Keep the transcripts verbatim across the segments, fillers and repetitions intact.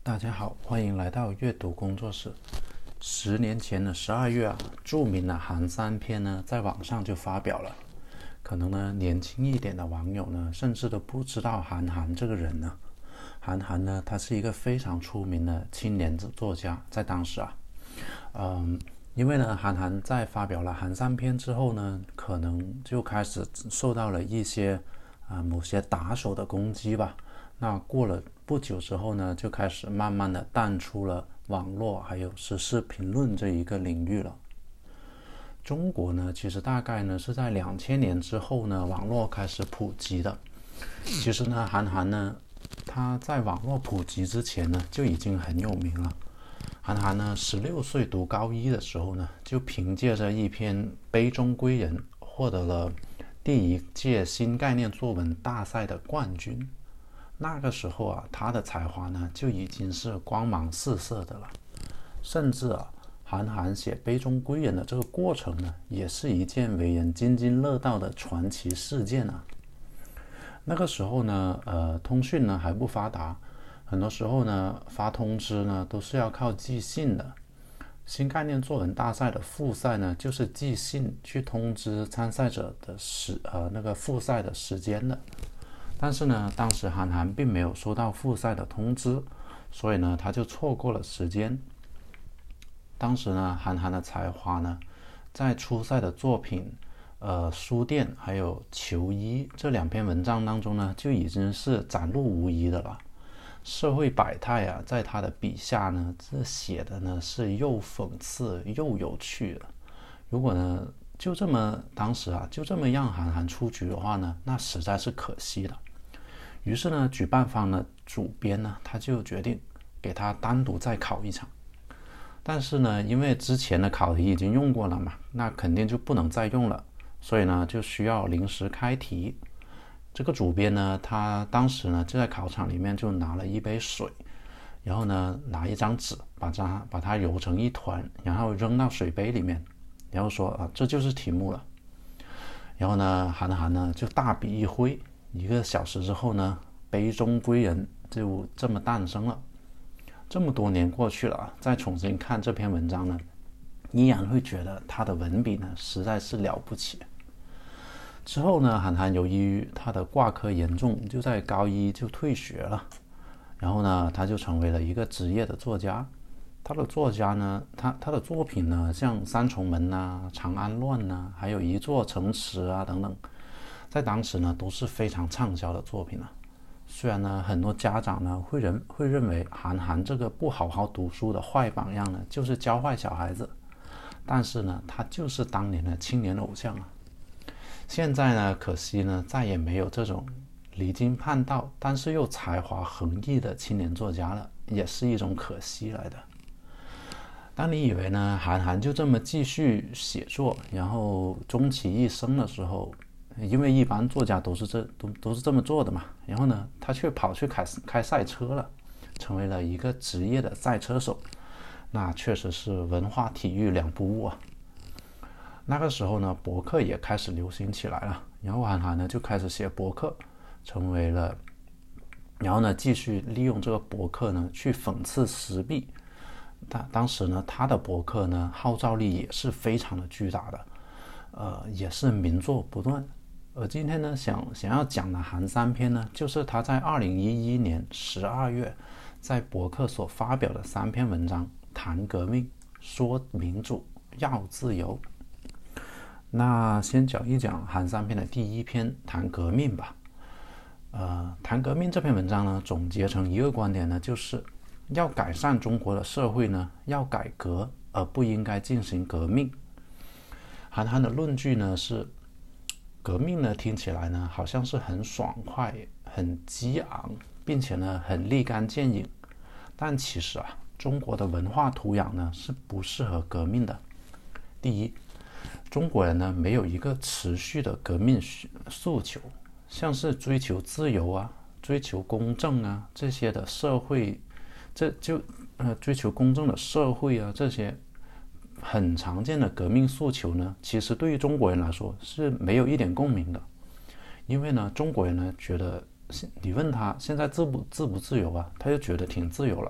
大家好，欢迎来到阅读工作室。十年前的十二月啊，著名的韩三篇呢，在网上就发表了。可能呢，年轻一点的网友呢，甚至都不知道韩寒这个人呢。韩寒呢，他是一个非常出名的青年作家，在当时啊，嗯，因为呢，韩寒在发表了韩三篇之后呢，可能就开始受到了一些啊、呃、某些打手的攻击吧。那过了不久之后呢，就开始慢慢的淡出了网络还有时事评论这一个领域了。中国呢，其实大概呢是在两千年之后呢，网络开始普及的。其实呢，韩寒呢，他在网络普及之前呢，就已经很有名了。韩寒呢，十六岁读高一的时候呢，就凭借着一篇《杯中归人》获得了第一届新概念作文大赛的冠军。那个时候啊，他的才华呢就已经是光芒四射的了，甚至啊，韩寒写《杯中归人》的这个过程呢，也是一件为人津津乐道的传奇事件啊。那个时候呢，呃，通讯呢还不发达，很多时候呢发通知呢都是要靠寄信的。新概念作文大赛的复赛呢，就是寄信去通知参赛者的时呃那个复赛的时间的。但是呢，当时韩寒并没有收到复赛的通知，所以呢，他就错过了时间。当时呢，韩寒的才华呢，在初赛的作品，呃，书店还有球衣这两篇文章当中呢，就已经是展露无遗的了。社会百态啊，在他的笔下呢，这写的呢是又讽刺又有趣的。如果呢，就这么当时啊，就这么让韩寒出局的话呢，那实在是可惜的。于是呢，举办方的主编呢，他就决定给他单独再考一场。但是呢，因为之前的考题已经用过了嘛，那肯定就不能再用了，所以呢，就需要临时开题。这个主编呢，他当时呢就在考场里面就拿了一杯水，然后呢拿一张纸，把它把它揉成一团，然后扔到水杯里面，然后说啊，这就是题目了。然后呢，韩寒呢就大笔一挥。一个小时之后呢，杯中归人就这么诞生了。这么多年过去了，再重新看这篇文章呢，依然会觉得他的文笔呢实在是了不起。之后呢，韩寒由于他的挂科严重，就在高一就退学了。然后呢，他就成为了一个职业的作家。他的作家呢，他他的作品呢，像《三重门》啊、《长安乱》啊，还有一座城池啊等等。在当时呢，都是非常畅销的作品啊。虽然呢，很多家长呢会认会认为韩寒这个不好好读书的坏榜样呢，就是教坏小孩子，但是呢，他就是当年的青年偶像啊。现在呢，可惜呢，再也没有这种离经叛道，但是又才华横溢的青年作家了，也是一种可惜来的。当你以为呢，韩寒就这么继续写作，然后终其一生的时候，因为一般作家都是这都都是这么做的嘛，然后呢，他却跑去开开赛车了，成为了一个职业的赛车手，那确实是文化体育两不误啊。那个时候呢，博客也开始流行起来了，然后韩寒呢就开始写博客，成为了，然后呢继续利用这个博客呢去讽刺时弊。他当时呢，他的博客呢号召力也是非常的巨大的，呃，也是名作不断。而今天呢，想想要讲的韩三篇呢，就是他在二零一一年十二月在博客所发表的三篇文章：谈革命、说民主、要自由。那先讲一讲韩三篇的第一篇谈革命吧。呃，谈革命这篇文章呢，总结成一个观点呢，就是要改善中国的社会呢，要改革，而不应该进行革命。韩寒的论据呢是，革命呢听起来呢好像是很爽快、很激昂，并且呢很立竿见影，但其实啊，中国的文化土壤呢是不适合革命的。第一，中国人呢没有一个持续的革命诉求，像是追求自由啊、追求公正啊这些的社会，这就呃追求公正的社会啊这些。很常见的革命诉求呢，其实对于中国人来说是没有一点共鸣的，因为呢，中国人呢觉得，你问他现在自不自不自由啊，他就觉得挺自由了，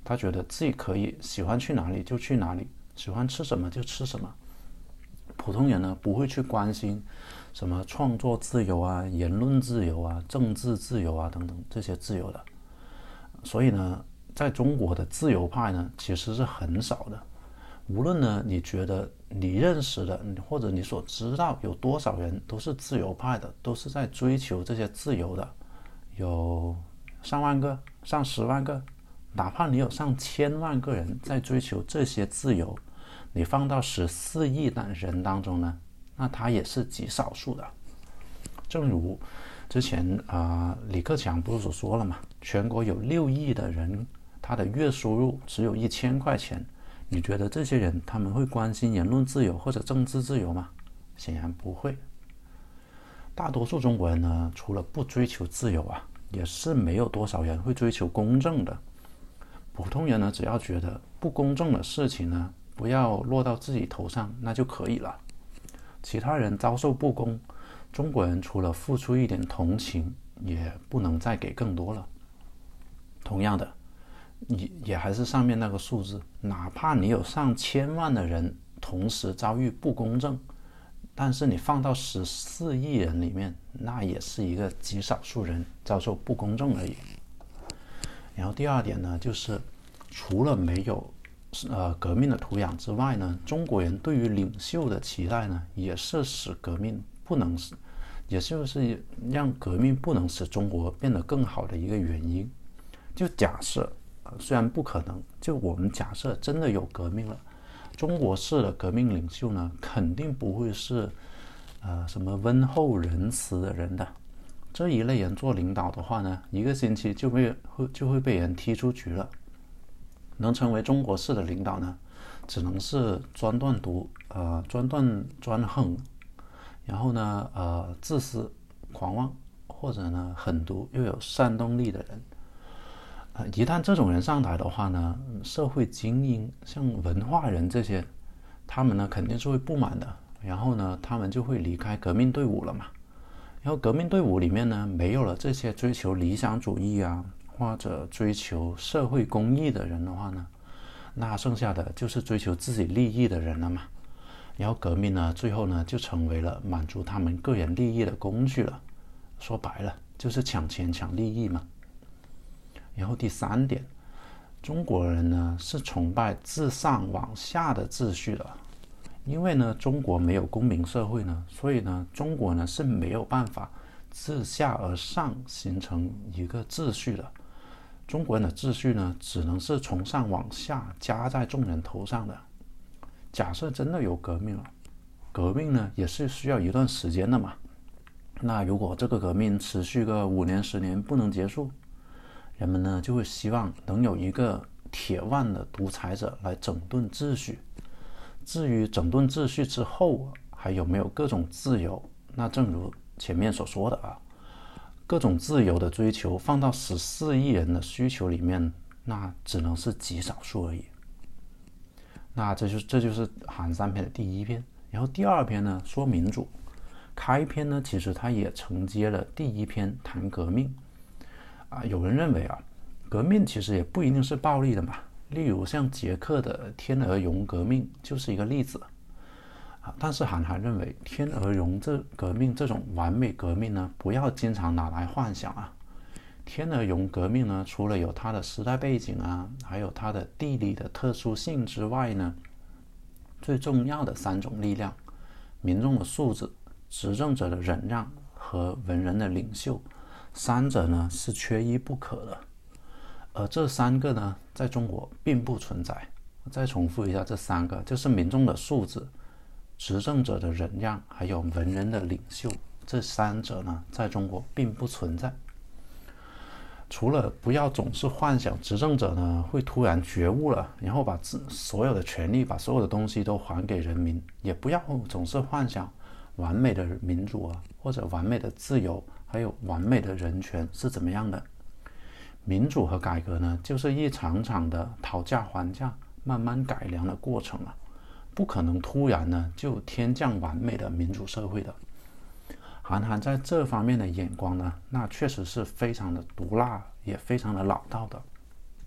他觉得自己可以喜欢去哪里就去哪里，喜欢吃什么就吃什么。普通人呢不会去关心什么创作自由啊、言论自由啊、政治自由啊等等这些自由的。所以呢，在中国的自由派呢其实是很少的。无论呢你觉得你认识的或者你所知道有多少人都是自由派的，都是在追求这些自由的，有上万个、上十万个，哪怕你有上千万个人在追求这些自由，你放到十四亿的人当中呢，那他也是极少数的。正如之前啊、呃，李克强不是所说了嘛，全国有六亿的人，他的月收入只有一千块钱。你觉得这些人他们会关心言论自由或者政治自由吗？显然不会。大多数中国人呢，除了不追求自由啊，也是没有多少人会追求公正的。普通人呢，只要觉得不公正的事情呢，不要落到自己头上，那就可以了。其他人遭受不公，中国人除了付出一点同情，也不能再给更多了。同样的，也也还是上面那个数字，哪怕你有上千万的人同时遭遇不公正，但是你放到十四亿人里面，那也是一个极少数人遭受不公正而已。然后第二点呢，就是除了没有呃革命的土壤之外呢，中国人对于领袖的期待呢，也是使革命不能使，也就是让革命不能使中国变得更好的一个原因。就假设虽然不可能，就我们假设真的有革命了，中国式的革命领袖呢，肯定不会是呃什么温厚仁慈的人的。这一类人做领导的话呢，一个星期就被就会被人踢出局了。能成为中国式的领导呢，只能是专断独呃专断专横，然后呢呃自私狂妄，或者呢狠毒又有煽动力的人。呃，一旦这种人上台的话呢，社会精英像文化人这些，他们呢肯定是会不满的，然后呢他们就会离开革命队伍了嘛。然后革命队伍里面呢没有了这些追求理想主义啊或者追求社会公益的人的话呢，那剩下的就是追求自己利益的人了嘛。然后革命呢最后呢就成为了满足他们个人利益的工具了，说白了就是抢钱抢利益嘛。然后第三点，中国人呢是崇拜自上往下的秩序的，因为呢中国没有公民社会呢，所以呢中国呢是没有办法自下而上形成一个秩序的。中国人的秩序呢只能是从上往下加在众人头上的。假设真的有革命了，革命呢也是需要一段时间的嘛。那如果这个革命持续个五年十年不能结束，人们呢就会希望能有一个铁腕的独裁者来整顿秩序。至于整顿秩序之后还有没有各种自由，那正如前面所说的啊，各种自由的追求放到十四亿人的需求里面，那只能是极少数而已。那这就这就是韩三篇的第一篇。然后第二篇呢说民主，开篇呢其实它也承接了第一篇谈革命。啊，有人认为啊，革命其实也不一定是暴力的嘛。例如像捷克的天鹅绒革命就是一个例子啊。但是韩寒认为，天鹅绒这革命这种完美革命呢，不要经常拿来幻想啊。天鹅绒革命呢，除了有它的时代背景啊，还有它的地理的特殊性之外呢，最重要的三种力量：民众的素质、执政者的忍让和文人的领袖。三者呢是缺一不可的，而这三个呢在中国并不存在。再重复一下，这三个就是民众的素质、执政者的忍让还有文人的领袖，这三者呢在中国并不存在。除了不要总是幻想执政者呢会突然觉悟了，然后把所有的权利把所有的东西都还给人民，也不要总是幻想完美的民主啊或者完美的自由还有完美的人权是怎么样的。民主和改革呢就是一场场的讨价还价慢慢改良的过程啊，不可能突然呢就天降完美的民主社会的。韩寒在这方面的眼光呢，那确实是非常的毒辣也非常的老道的。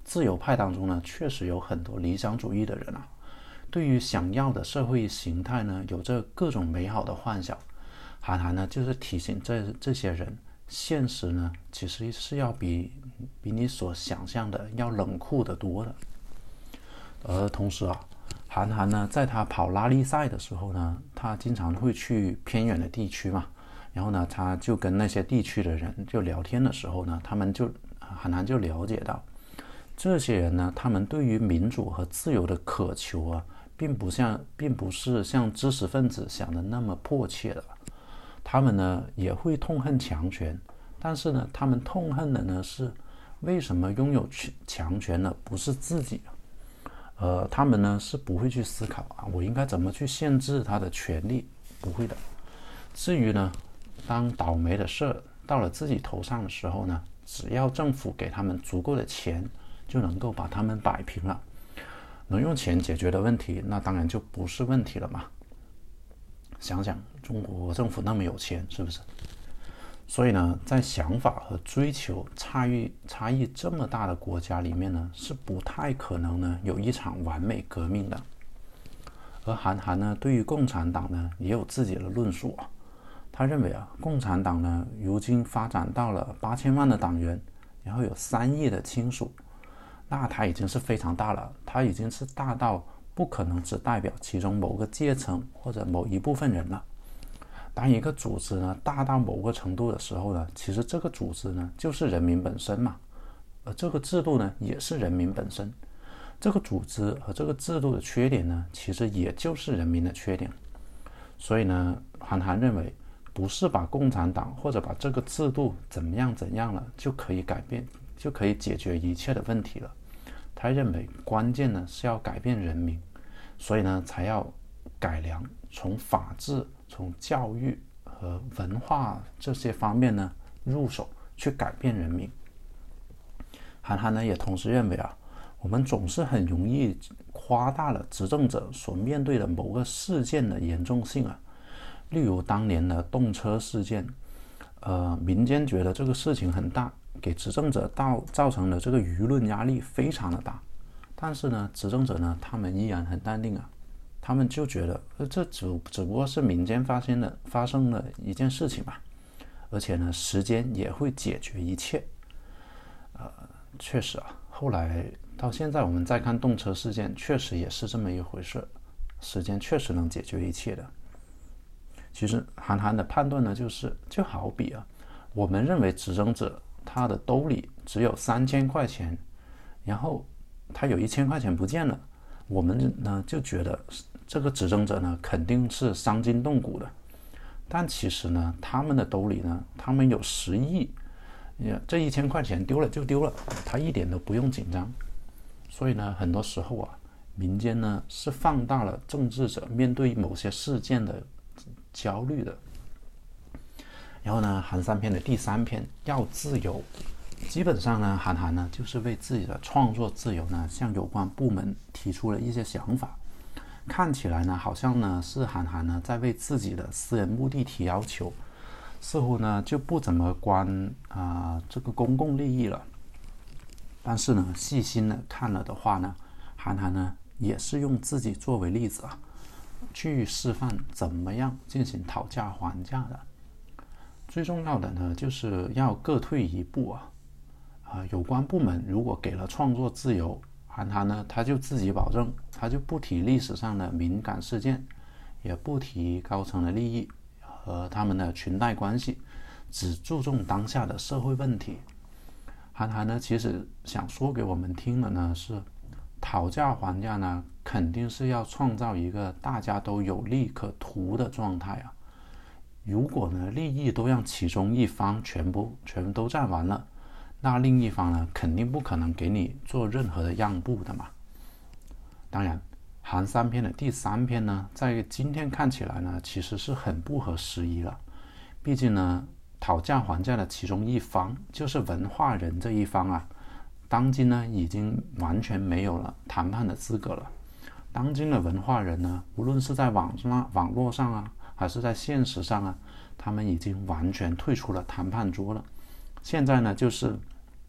自由派当中呢，确实有很多理想主义的人啊，对于想要的社会形态呢，有着各种美好的幻想。韩寒呢，就是提醒这这些人，现实呢，其实是要比比你所想象的要冷酷得多的。而同时啊，韩寒呢，在他跑拉力赛的时候呢，他经常会去偏远的地区嘛，然后呢，他就跟那些地区的人就聊天的时候呢，他们就韩寒就了解到，这些人呢，他们对于民主和自由的渴求啊，并不像，并不是像知识分子想的那么迫切的。他们呢也会痛恨强权，但是呢，他们痛恨的呢是为什么拥有强权呢不是自己？呃，他们呢是不会去思考啊，我应该怎么去限制他的权利？不会的。至于呢，当倒霉的事到了自己头上的时候呢，只要政府给他们足够的钱，就能够把他们摆平了。能用钱解决的问题，那当然就不是问题了嘛。想想中国政府那么有钱，是不是？所以呢，在想法和追求差异差异这么大的国家里面呢，是不太可能呢有一场完美革命的。而韩寒呢，对于共产党呢也有自己的论述啊。他认为啊，共产党呢如今发展到了八千万的党员，然后有三亿的亲属，那他已经是非常大了，他已经是大到不可能只代表其中某个阶层或者某一部分人了。当一个组织呢大到某个程度的时候呢，其实这个组织呢就是人民本身嘛，而这个制度呢也是人民本身。这个组织和这个制度的缺点呢，其实也就是人民的缺点。所以呢，韩寒认为，不是把共产党或者把这个制度怎么样怎样了就可以改变，就可以解决一切的问题了。他认为关键呢是要改变人民，所以呢才要改良，从法治、从教育和文化这些方面呢入手去改变人民。韩寒呢也同时认为啊，我们总是很容易夸大了执政者所面对的某个事件的严重性啊。例如当年的动车事件，呃，民间觉得这个事情很大，给执政者造造成的这个舆论压力非常的大，但是呢，执政者呢，他们依然很淡定啊，他们就觉得这只只不过是民间发生的发生的一件事情吧，而且呢，时间也会解决一切。呃，确实啊，后来到现在我们再看动车事件，确实也是这么一回事，时间确实能解决一切的。其实韩寒的判断呢，就是就好比啊，我们认为执政者他的兜里只有三千块钱，然后他有一千块钱不见了，我们呢就觉得这个执政者呢肯定是伤筋动骨的。但其实呢，他们的兜里呢，他们有十亿，这一千块钱丢了就丢了，他一点都不用紧张。所以呢，很多时候啊，民间呢是放大了政治者面对某些事件的焦虑的。然后呢，韩三篇的第三篇要自由，基本上呢，韩寒呢就是为自己的创作自由呢，向有关部门提出了一些想法。看起来呢，好像呢是韩寒呢在为自己的私人目的提要求，似乎呢就不怎么关啊、呃、这个公共利益了。但是呢，细心的看了的话呢，韩寒呢也是用自己作为例子啊，去示范怎么样进行讨价还价的。最重要的呢，就是要各退一步啊！啊、呃，有关部门如果给了创作自由，韩寒呢他就自己保证，他就不提历史上的敏感事件，也不提高层的利益和他们的裙带关系，只注重当下的社会问题。韩寒呢其实想说给我们听的呢是，讨价还价呢肯定是要创造一个大家都有利可图的状态啊。如果呢利益都让其中一方全部全都占完了，那另一方呢肯定不可能给你做任何的让步的嘛。当然，韩三篇的第三篇呢，在今天看起来呢，其实是很不合时宜了。毕竟呢，讨价还价的其中一方就是文化人这一方啊，当今呢已经完全没有了谈判的资格了。当今的文化人呢，无论是在网上网络上啊，还是在现实上啊，他们已经完全退出了谈判桌了。现在呢，就是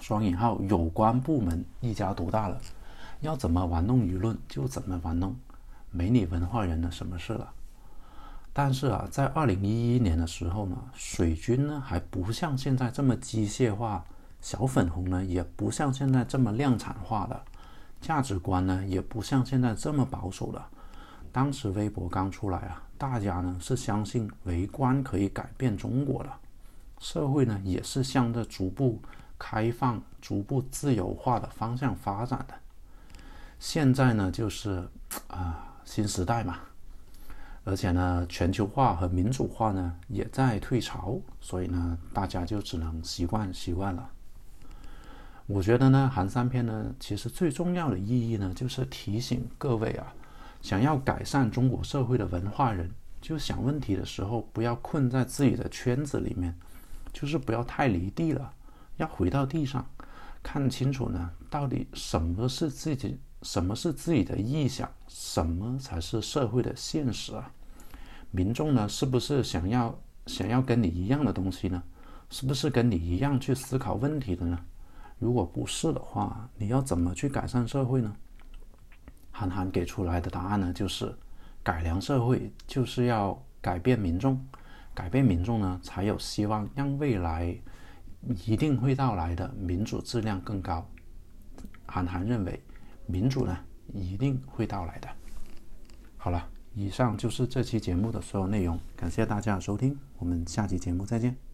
双引号有关部门一家独大了，要怎么玩弄舆论就怎么玩弄，没你文化人的什么事了。但是啊，在二零一一年的时候呢，水军呢还不像现在这么机械化，小粉红呢也不像现在这么量产化的，价值观呢也不像现在这么保守的。当时微博刚出来啊，大家呢是相信微观可以改变中国的，社会呢也是向着逐步开放、逐步自由化的方向发展的。现在呢就是啊、呃、新时代嘛。而且呢，全球化和民主化呢也在退潮，所以呢，大家就只能习惯习惯了。我觉得呢，韩三篇呢，其实最重要的意义呢，就是提醒各位啊，想要改善中国社会的文化人，就想问题的时候，不要困在自己的圈子里面，就是不要太离地了，要回到地上，看清楚呢，到底什么是自己。什么是自己的臆想，什么才是社会的现实啊？民众呢，是不是想要想要跟你一样的东西呢？是不是跟你一样去思考问题的呢？如果不是的话，你要怎么去改善社会呢？韩寒给出来的答案呢，就是改良社会就是要改变民众，改变民众呢，才有希望让未来一定会到来的民主质量更高。韩寒认为民主呢一定会到来的。好了，以上就是这期节目的所有内容，感谢大家的收听，我们下期节目再见。